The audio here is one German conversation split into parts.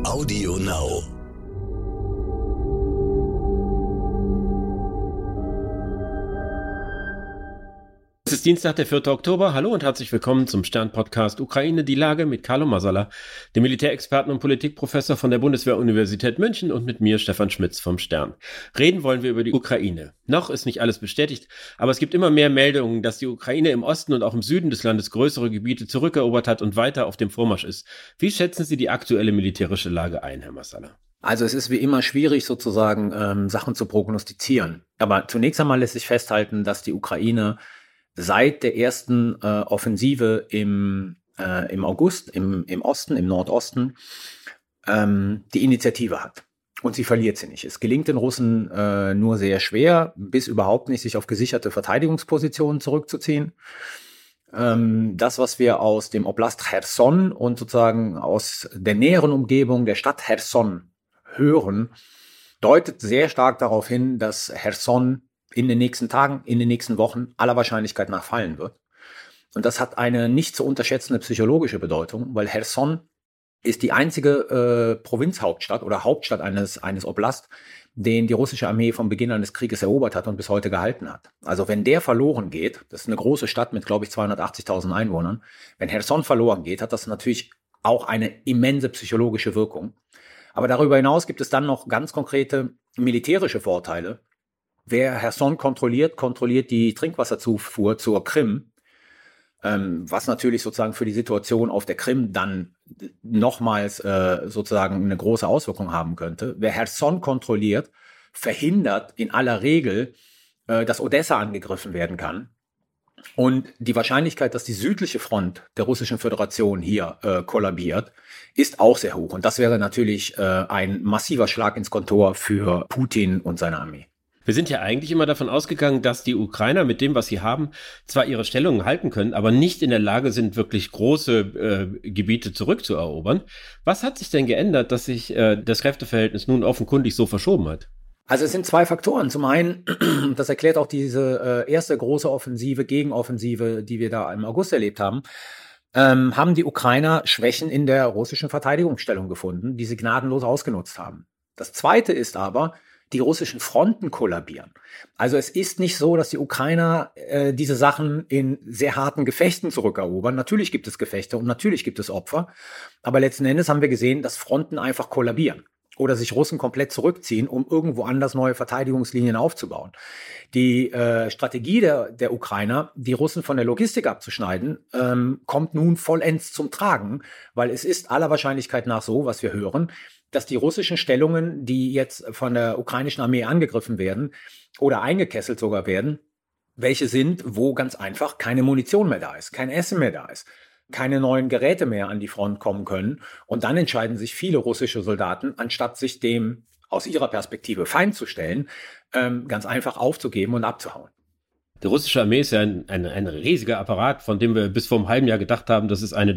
Audio Now. Es ist Dienstag, der 4. Oktober. Hallo und herzlich willkommen zum Stern-Podcast Ukraine, die Lage mit Carlo Masala, dem Militärexperten und Politikprofessor von der Bundeswehr-Universität München und mit mir, Stefan Schmitz vom Stern. Reden wollen wir über die Ukraine. Noch ist nicht alles bestätigt, aber es gibt immer mehr Meldungen, dass die Ukraine im Osten und auch im Süden des Landes größere Gebiete zurückerobert hat und weiter auf dem Vormarsch ist. Wie schätzen Sie die aktuelle militärische Lage ein, Herr Masala? Also es ist wie immer schwierig, sozusagen Sachen zu prognostizieren. Aber zunächst einmal lässt sich festhalten, dass die Ukraine seit der ersten Offensive im August im Osten, im Nordosten, die Initiative hat. Und sie verliert sie nicht. Es gelingt den Russen nur sehr schwer, bis überhaupt nicht, sich auf gesicherte Verteidigungspositionen zurückzuziehen. Das, was wir aus dem Oblast Cherson und sozusagen aus der näheren Umgebung der Stadt Cherson hören, deutet sehr stark darauf hin, dass Cherson in den nächsten Tagen, in den nächsten Wochen aller Wahrscheinlichkeit nach fallen wird. Und das hat eine nicht zu unterschätzende psychologische Bedeutung, weil Cherson ist die einzige Provinzhauptstadt oder Hauptstadt eines Oblast, den die russische Armee vom Beginn an des Krieges erobert hat und bis heute gehalten hat. Also wenn der verloren geht, das ist eine große Stadt mit, glaube ich, 280.000 Einwohnern, wenn Cherson verloren geht, hat das natürlich auch eine immense psychologische Wirkung. Aber darüber hinaus gibt es dann noch ganz konkrete militärische Vorteile. Wer Cherson kontrolliert die Trinkwasserzufuhr zur Krim, was natürlich sozusagen für die Situation auf der Krim dann nochmals sozusagen eine große Auswirkung haben könnte. Wer Cherson kontrolliert, verhindert in aller Regel, dass Odessa angegriffen werden kann. Und die Wahrscheinlichkeit, dass die südliche Front der Russischen Föderation hier kollabiert, ist auch sehr hoch. Und das wäre natürlich ein massiver Schlag ins Kontor für Putin und seine Armee. Wir sind ja eigentlich immer davon ausgegangen, dass die Ukrainer mit dem, was sie haben, zwar ihre Stellungen halten können, aber nicht in der Lage sind, wirklich große Gebiete zurückzuerobern. Was hat sich denn geändert, dass sich das Kräfteverhältnis nun offenkundig so verschoben hat? Also es sind zwei Faktoren. Zum einen, das erklärt auch diese erste große Gegenoffensive, die wir da im August erlebt haben, haben die Ukrainer Schwächen in der russischen Verteidigungsstellung gefunden, die sie gnadenlos ausgenutzt haben. Das zweite ist aber, die russischen Fronten kollabieren. Also es ist nicht so, dass die Ukrainer diese Sachen in sehr harten Gefechten zurückerobern. Natürlich gibt es Gefechte und natürlich gibt es Opfer. Aber letzten Endes haben wir gesehen, dass Fronten einfach kollabieren oder sich Russen komplett zurückziehen, um irgendwo anders neue Verteidigungslinien aufzubauen. Die Strategie der Ukrainer, die Russen von der Logistik abzuschneiden, kommt nun vollends zum Tragen, weil es ist aller Wahrscheinlichkeit nach so, was wir hören, dass die russischen Stellungen, die jetzt von der ukrainischen Armee angegriffen werden oder eingekesselt sogar werden, welche sind, wo ganz einfach keine Munition mehr da ist, kein Essen mehr da ist, keine neuen Geräte mehr an die Front kommen können. Und dann entscheiden sich viele russische Soldaten, anstatt sich dem aus ihrer Perspektive Feind zu stellen, ganz einfach aufzugeben und abzuhauen. Die russische Armee ist ja ein riesiger Apparat, von dem wir bis vor einem halben Jahr gedacht haben, das ist eine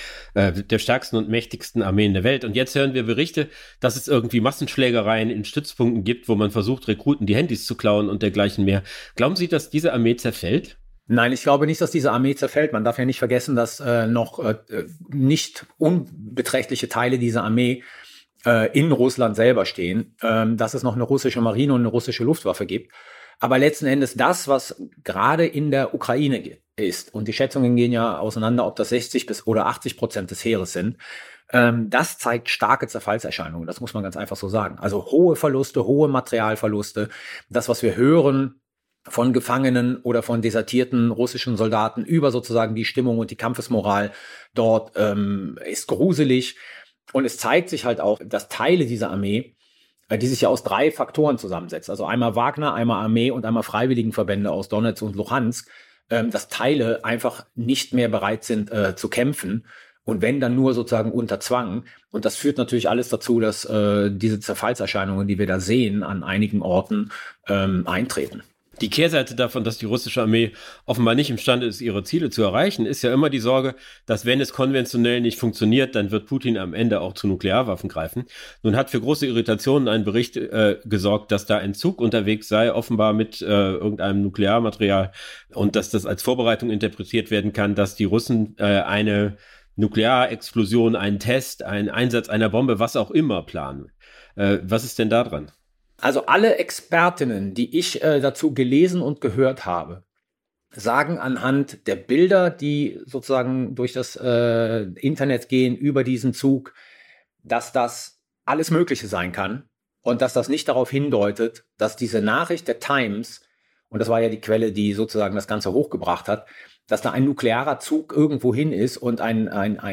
der stärksten und mächtigsten Armeen der Welt. Und jetzt hören wir Berichte, dass es irgendwie Massenschlägereien in Stützpunkten gibt, wo man versucht, Rekruten die Handys zu klauen und dergleichen mehr. Glauben Sie, dass diese Armee zerfällt? Nein, ich glaube nicht, dass diese Armee zerfällt. Man darf ja nicht vergessen, dass noch nicht unbeträchtliche Teile dieser Armee in Russland selber stehen, dass es noch eine russische Marine und eine russische Luftwaffe gibt. Aber letzten Endes das, was gerade in der Ukraine ist, und die Schätzungen gehen ja auseinander, ob das 60% oder 80% des Heeres sind, das zeigt starke Zerfallserscheinungen. Das muss man ganz einfach so sagen. Also hohe Verluste, hohe Materialverluste. Das, was wir hören von Gefangenen oder von desertierten russischen Soldaten über sozusagen die Stimmung und die Kampfesmoral dort, ist gruselig. Und es zeigt sich halt auch, dass Teile dieser Armee, die sich ja aus 3 Faktoren zusammensetzt. Also einmal Wagner, einmal Armee und einmal Freiwilligenverbände aus Donetsk und Luhansk, dass Teile einfach nicht mehr bereit sind zu kämpfen und wenn dann nur sozusagen unter Zwang. Und das führt natürlich alles dazu, dass diese Zerfallserscheinungen, die wir da sehen, an einigen Orten eintreten. Die Kehrseite davon, dass die russische Armee offenbar nicht imstande ist, ihre Ziele zu erreichen, ist ja immer die Sorge, dass wenn es konventionell nicht funktioniert, dann wird Putin am Ende auch zu Nuklearwaffen greifen. Nun hat für große Irritationen ein Bericht gesorgt, dass da ein Zug unterwegs sei, offenbar mit irgendeinem Nuklearmaterial, und dass das als Vorbereitung interpretiert werden kann, dass die Russen eine Nuklearexplosion, einen Test, einen Einsatz einer Bombe, was auch immer planen. Was ist denn da dran? Also alle Expertinnen, die ich dazu gelesen und gehört habe, sagen anhand der Bilder, die sozusagen durch das Internet gehen über diesen Zug, dass das alles Mögliche sein kann und dass das nicht darauf hindeutet, dass diese Nachricht der Times, und das war ja die Quelle, die sozusagen das Ganze hochgebracht hat, dass da ein nuklearer Zug irgendwo hin ist und ein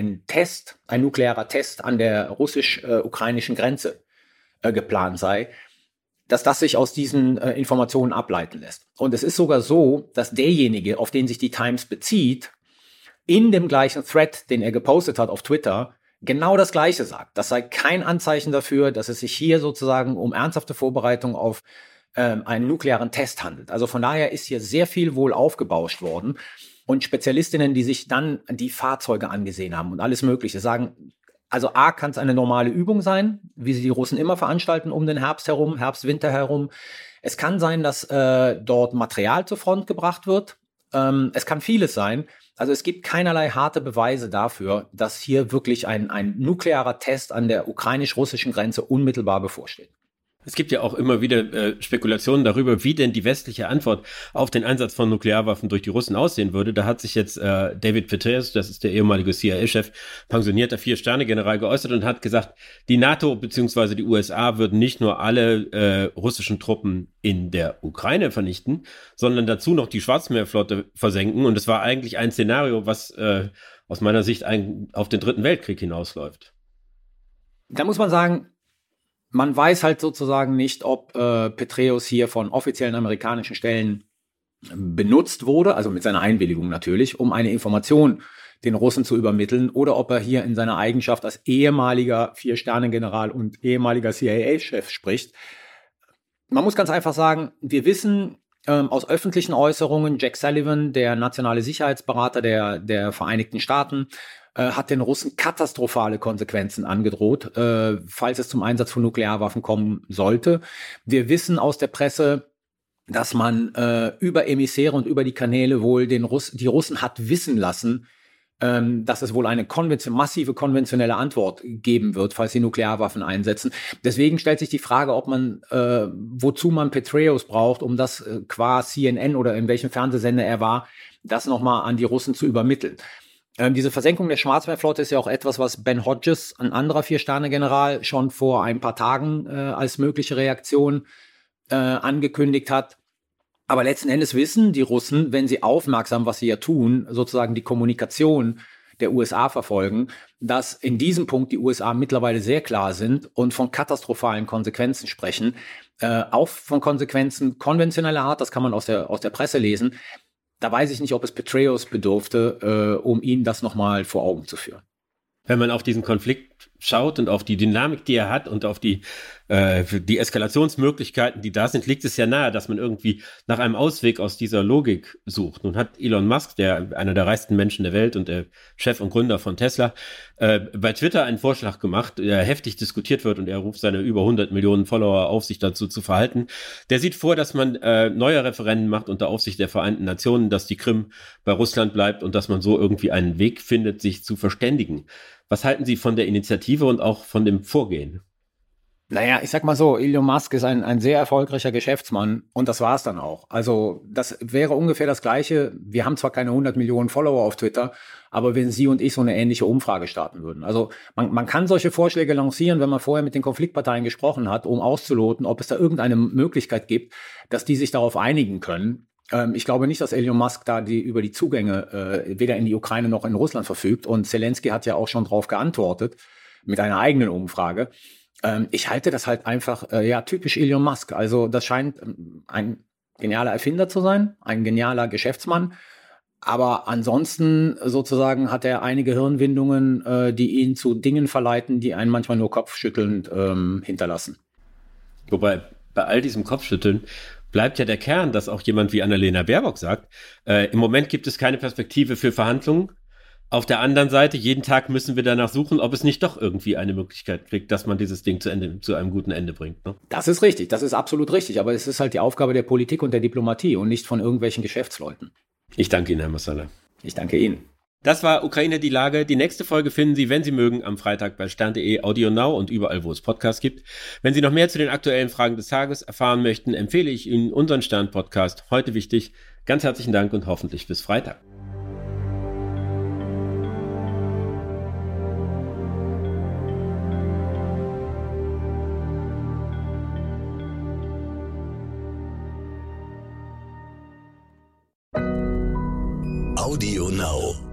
nuklearer Test an der russisch-ukrainischen Grenze geplant sei, dass das sich aus diesen Informationen ableiten lässt. Und es ist sogar so, dass derjenige, auf den sich die Times bezieht, in dem gleichen Thread, den er gepostet hat auf Twitter, genau das Gleiche sagt. Das sei kein Anzeichen dafür, dass es sich hier sozusagen um ernsthafte Vorbereitung auf einen nuklearen Test handelt. Also von daher ist hier sehr viel wohl aufgebauscht worden. Und Spezialistinnen, die sich dann die Fahrzeuge angesehen haben und alles Mögliche, sagen, also A, kann es eine normale Übung sein, wie sie die Russen immer veranstalten um den Herbst herum, Herbst-Winter herum. Es kann sein, dass dort Material zur Front gebracht wird. Es kann vieles sein. Also es gibt keinerlei harte Beweise dafür, dass hier wirklich ein nuklearer Test an der ukrainisch-russischen Grenze unmittelbar bevorsteht. Es gibt ja auch immer wieder Spekulationen darüber, wie denn die westliche Antwort auf den Einsatz von Nuklearwaffen durch die Russen aussehen würde. Da hat sich jetzt David Petraeus, das ist der ehemalige CIA-Chef, pensionierter 4-Sterne-General, geäußert und hat gesagt, die NATO bzw. die USA würden nicht nur alle russischen Truppen in der Ukraine vernichten, sondern dazu noch die Schwarzmeerflotte versenken. Und es war eigentlich ein Szenario, was aus meiner Sicht auf den Dritten Weltkrieg hinausläuft. Da muss man sagen, man weiß halt sozusagen nicht, ob Petraeus hier von offiziellen amerikanischen Stellen benutzt wurde, also mit seiner Einwilligung natürlich, um eine Information den Russen zu übermitteln, oder ob er hier in seiner Eigenschaft als ehemaliger 4-Sterne-General und ehemaliger CIA-Chef spricht. Man muss ganz einfach sagen, wir wissen aus öffentlichen Äußerungen, Jack Sullivan, der nationale Sicherheitsberater der Vereinigten Staaten, hat den Russen katastrophale Konsequenzen angedroht, falls es zum Einsatz von Nuklearwaffen kommen sollte. Wir wissen aus der Presse, dass man über Emissäre und über die Kanäle wohl die Russen hat wissen lassen, dass es wohl eine massive konventionelle Antwort geben wird, falls sie Nuklearwaffen einsetzen. Deswegen stellt sich die Frage, ob man, wozu man Petraeus braucht, um das qua CNN oder in welchem Fernsehsender er war, das nochmal an die Russen zu übermitteln. Diese Versenkung der Schwarzmeerflotte ist ja auch etwas, was Ben Hodges, ein anderer 4-Sterne-General, schon vor ein paar Tagen als mögliche Reaktion angekündigt hat. Aber letzten Endes wissen die Russen, wenn sie aufmerksam, was sie ja tun, sozusagen die Kommunikation der USA verfolgen, dass in diesem Punkt die USA mittlerweile sehr klar sind und von katastrophalen Konsequenzen sprechen. Auch von Konsequenzen konventioneller Art, das kann man aus der Presse lesen. Da weiß ich nicht, ob es Petraeus bedurfte, um ihn das nochmal vor Augen zu führen. Wenn man auf diesen Konflikt schaut und auf die Dynamik, die er hat und auf die Eskalationsmöglichkeiten, die da sind, liegt es ja nahe, dass man irgendwie nach einem Ausweg aus dieser Logik sucht. Nun hat Elon Musk, einer der reichsten Menschen der Welt und der Chef und Gründer von Tesla, bei Twitter einen Vorschlag gemacht, der heftig diskutiert wird, und er ruft seine über 100 Millionen Follower auf, sich dazu zu verhalten. Der sieht vor, dass man neue Referenden macht unter Aufsicht der Vereinten Nationen, dass die Krim bei Russland bleibt und dass man so irgendwie einen Weg findet, sich zu verständigen. Was halten Sie von der Initiative und auch von dem Vorgehen? Naja, ich sag mal so, Elon Musk ist ein sehr erfolgreicher Geschäftsmann und das war's dann auch. Also das wäre ungefähr das Gleiche. Wir haben zwar keine 100 Millionen Follower auf Twitter, aber wenn Sie und ich so eine ähnliche Umfrage starten würden. Also man kann solche Vorschläge lancieren, wenn man vorher mit den Konfliktparteien gesprochen hat, um auszuloten, ob es da irgendeine Möglichkeit gibt, dass die sich darauf einigen können. Ich glaube nicht, dass Elon Musk da über die Zugänge weder in die Ukraine noch in Russland verfügt. Und Zelensky hat ja auch schon darauf geantwortet mit einer eigenen Umfrage. Ich halte das halt einfach, typisch Elon Musk. Also das scheint ein genialer Erfinder zu sein, ein genialer Geschäftsmann. Aber ansonsten sozusagen hat er einige Hirnwindungen, die ihn zu Dingen verleiten, die einen manchmal nur kopfschüttelnd hinterlassen. Wobei bei all diesem Kopfschütteln bleibt ja der Kern, dass auch jemand wie Annalena Baerbock sagt, im Moment gibt es keine Perspektive für Verhandlungen. Auf der anderen Seite, jeden Tag müssen wir danach suchen, ob es nicht doch irgendwie eine Möglichkeit kriegt, dass man dieses Ding zu einem guten Ende bringt. Ne? Das ist richtig, das ist absolut richtig. Aber es ist halt die Aufgabe der Politik und der Diplomatie und nicht von irgendwelchen Geschäftsleuten. Ich danke Ihnen, Herr Massala. Ich danke Ihnen. Das war Ukraine die Lage. Die nächste Folge finden Sie, wenn Sie mögen, am Freitag bei stern.de, Audio Now und überall, wo es Podcasts gibt. Wenn Sie noch mehr zu den aktuellen Fragen des Tages erfahren möchten, empfehle ich Ihnen unseren Stern-Podcast Heute wichtig. Ganz herzlichen Dank und hoffentlich bis Freitag. Audio Now.